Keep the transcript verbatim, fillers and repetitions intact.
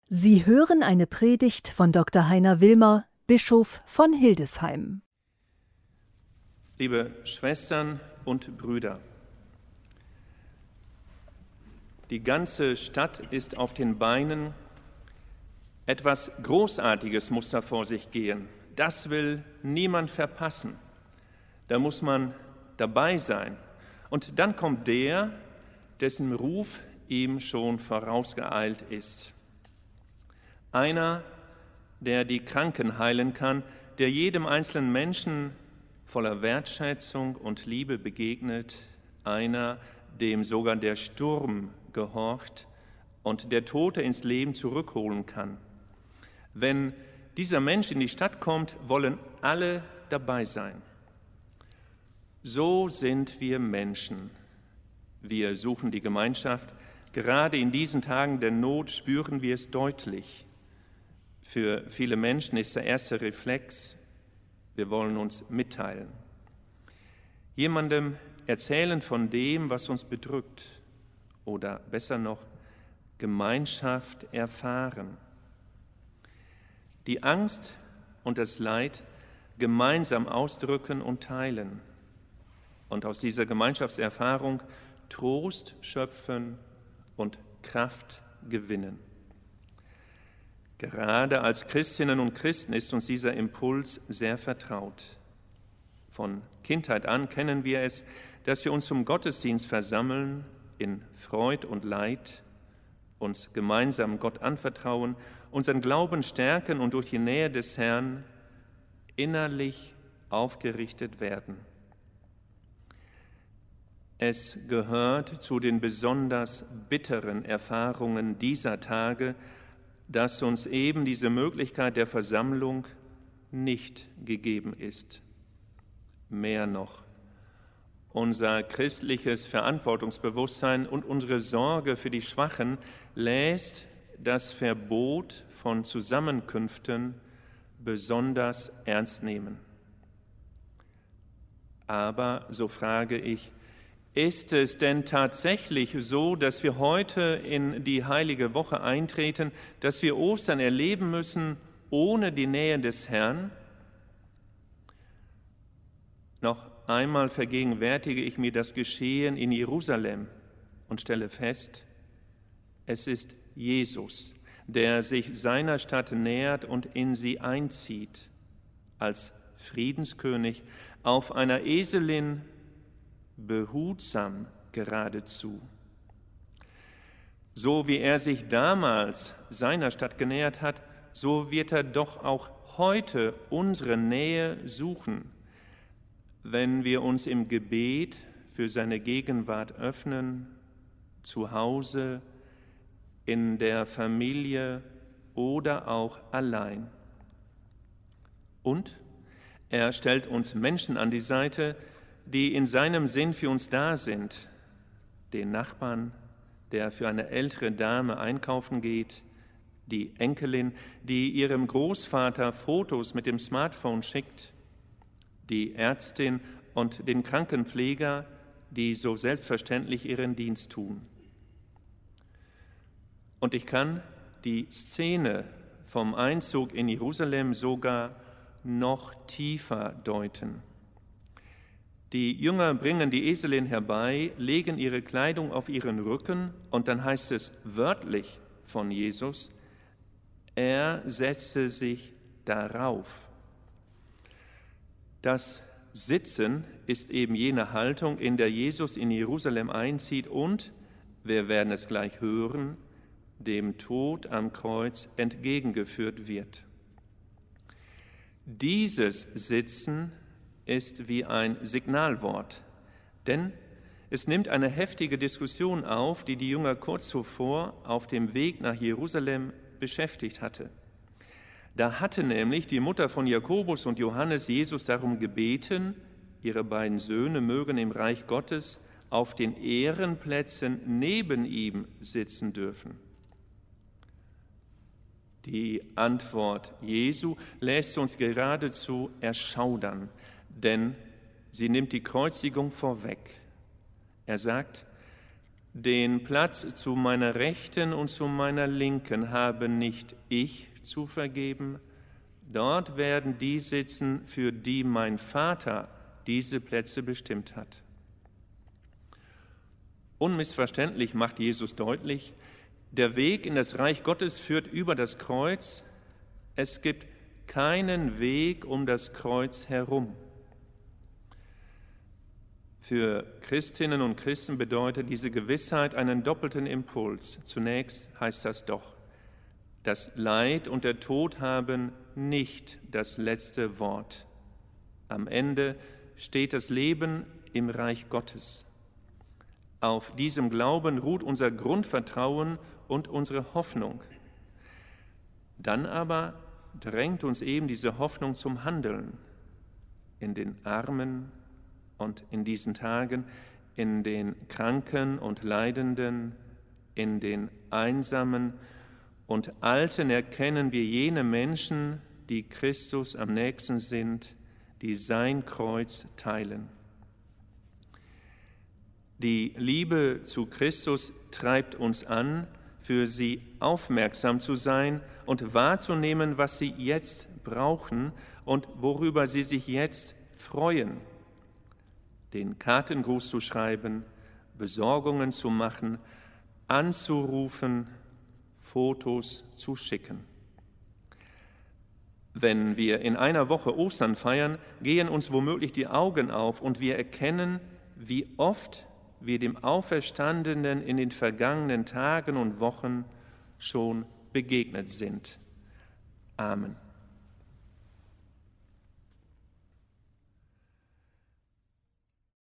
Sie hören eine Predigt von Doktor Heiner Wilmer, Bischof von Hildesheim. Liebe Schwestern und Brüder, die ganze Stadt ist auf den Beinen. Etwas Großartiges muss da vor sich gehen. Das will niemand verpassen. Da muss man dabei sein. Und dann kommt der, dessen Ruf ihm schon vorausgeeilt ist. Einer, der die Kranken heilen kann, der jedem einzelnen Menschen voller Wertschätzung und Liebe begegnet, einer, dem sogar der Sturm gehorcht und der Tote ins Leben zurückholen kann. Wenn dieser Mensch in die Stadt kommt, wollen alle dabei sein. So sind wir Menschen. Wir suchen die Gemeinschaft. Gerade in diesen Tagen der Not spüren wir es deutlich. Für viele Menschen ist der erste Reflex, wir wollen uns mitteilen. Jemandem erzählen von dem, was uns bedrückt, oder besser noch, Gemeinschaft erfahren. Die Angst und das Leid gemeinsam ausdrücken und teilen. Und aus dieser Gemeinschaftserfahrung Trost schöpfen und Kraft gewinnen. Gerade als Christinnen und Christen ist uns dieser Impuls sehr vertraut. Von Kindheit an kennen wir es, dass wir uns zum Gottesdienst versammeln, in Freud und Leid, uns gemeinsam Gott anvertrauen, unseren Glauben stärken und durch die Nähe des Herrn innerlich aufgerichtet werden. Es gehört zu den besonders bitteren Erfahrungen dieser Tage, dass uns eben diese Möglichkeit der Versammlung nicht gegeben ist. Mehr noch, unser christliches Verantwortungsbewusstsein und unsere Sorge für die Schwachen lässt das Verbot von Zusammenkünften besonders ernst nehmen. Aber, so frage ich, ist es denn tatsächlich so, dass wir heute in die heilige Woche eintreten, dass wir Ostern erleben müssen ohne die Nähe des Herrn? Noch einmal vergegenwärtige ich mir das Geschehen in Jerusalem und stelle fest, es ist Jesus, der sich seiner Stadt nähert und in sie einzieht, als Friedenskönig auf einer Eselin, behutsam geradezu. So wie er sich damals seiner Stadt genähert hat, so wird er doch auch heute unsere Nähe suchen, wenn wir uns im Gebet für seine Gegenwart öffnen, zu Hause, in der Familie oder auch allein. Und er stellt uns Menschen an die Seite, die in seinem Sinn für uns da sind, den Nachbarn, der für eine ältere Dame einkaufen geht, die Enkelin, die ihrem Großvater Fotos mit dem Smartphone schickt, die Ärztin und den Krankenpfleger, die so selbstverständlich ihren Dienst tun. Und ich kann die Szene vom Einzug in Jerusalem sogar noch tiefer deuten. Die Jünger bringen die Eselin herbei, legen ihre Kleidung auf ihren Rücken und dann heißt es wörtlich von Jesus, er setzte sich darauf. Das Sitzen ist eben jene Haltung, in der Jesus in Jerusalem einzieht und, wir werden es gleich hören, dem Tod am Kreuz entgegengeführt wird. Dieses Sitzen ist wie ein Signalwort, denn es nimmt eine heftige Diskussion auf, die die Jünger kurz zuvor auf dem Weg nach Jerusalem beschäftigt hatte. Da hatte nämlich die Mutter von Jakobus und Johannes Jesus darum gebeten, ihre beiden Söhne mögen im Reich Gottes auf den Ehrenplätzen neben ihm sitzen dürfen. Die Antwort Jesu lässt uns geradezu erschaudern, denn sie nimmt die Kreuzigung vorweg. Er sagt, Den Platz zu meiner Rechten und zu meiner Linken habe nicht ich zu vergeben. Dort werden die sitzen, für die mein Vater diese Plätze bestimmt hat. Unmissverständlich macht Jesus deutlich, der Weg in das Reich Gottes führt über das Kreuz. Es gibt keinen Weg um das Kreuz herum. Für Christinnen und Christen bedeutet diese Gewissheit einen doppelten Impuls. Zunächst heißt das doch, das Leid und der Tod haben nicht das letzte Wort. Am Ende steht das Leben im Reich Gottes. Auf diesem Glauben ruht unser Grundvertrauen und unsere Hoffnung. Dann aber drängt uns eben diese Hoffnung zum Handeln in den Armen und in diesen Tagen, in den Kranken und Leidenden, in den Einsamen und Alten erkennen wir jene Menschen, die Christus am nächsten sind, die sein Kreuz teilen. Die Liebe zu Christus treibt uns an, für sie aufmerksam zu sein und wahrzunehmen, was sie jetzt brauchen und worüber sie sich jetzt freuen. Den Kartengruß zu schreiben, Besorgungen zu machen, anzurufen, Fotos zu schicken. Wenn wir in einer Woche Ostern feiern, gehen uns womöglich die Augen auf und wir erkennen, wie oft wir dem Auferstandenen in den vergangenen Tagen und Wochen schon begegnet sind. Amen.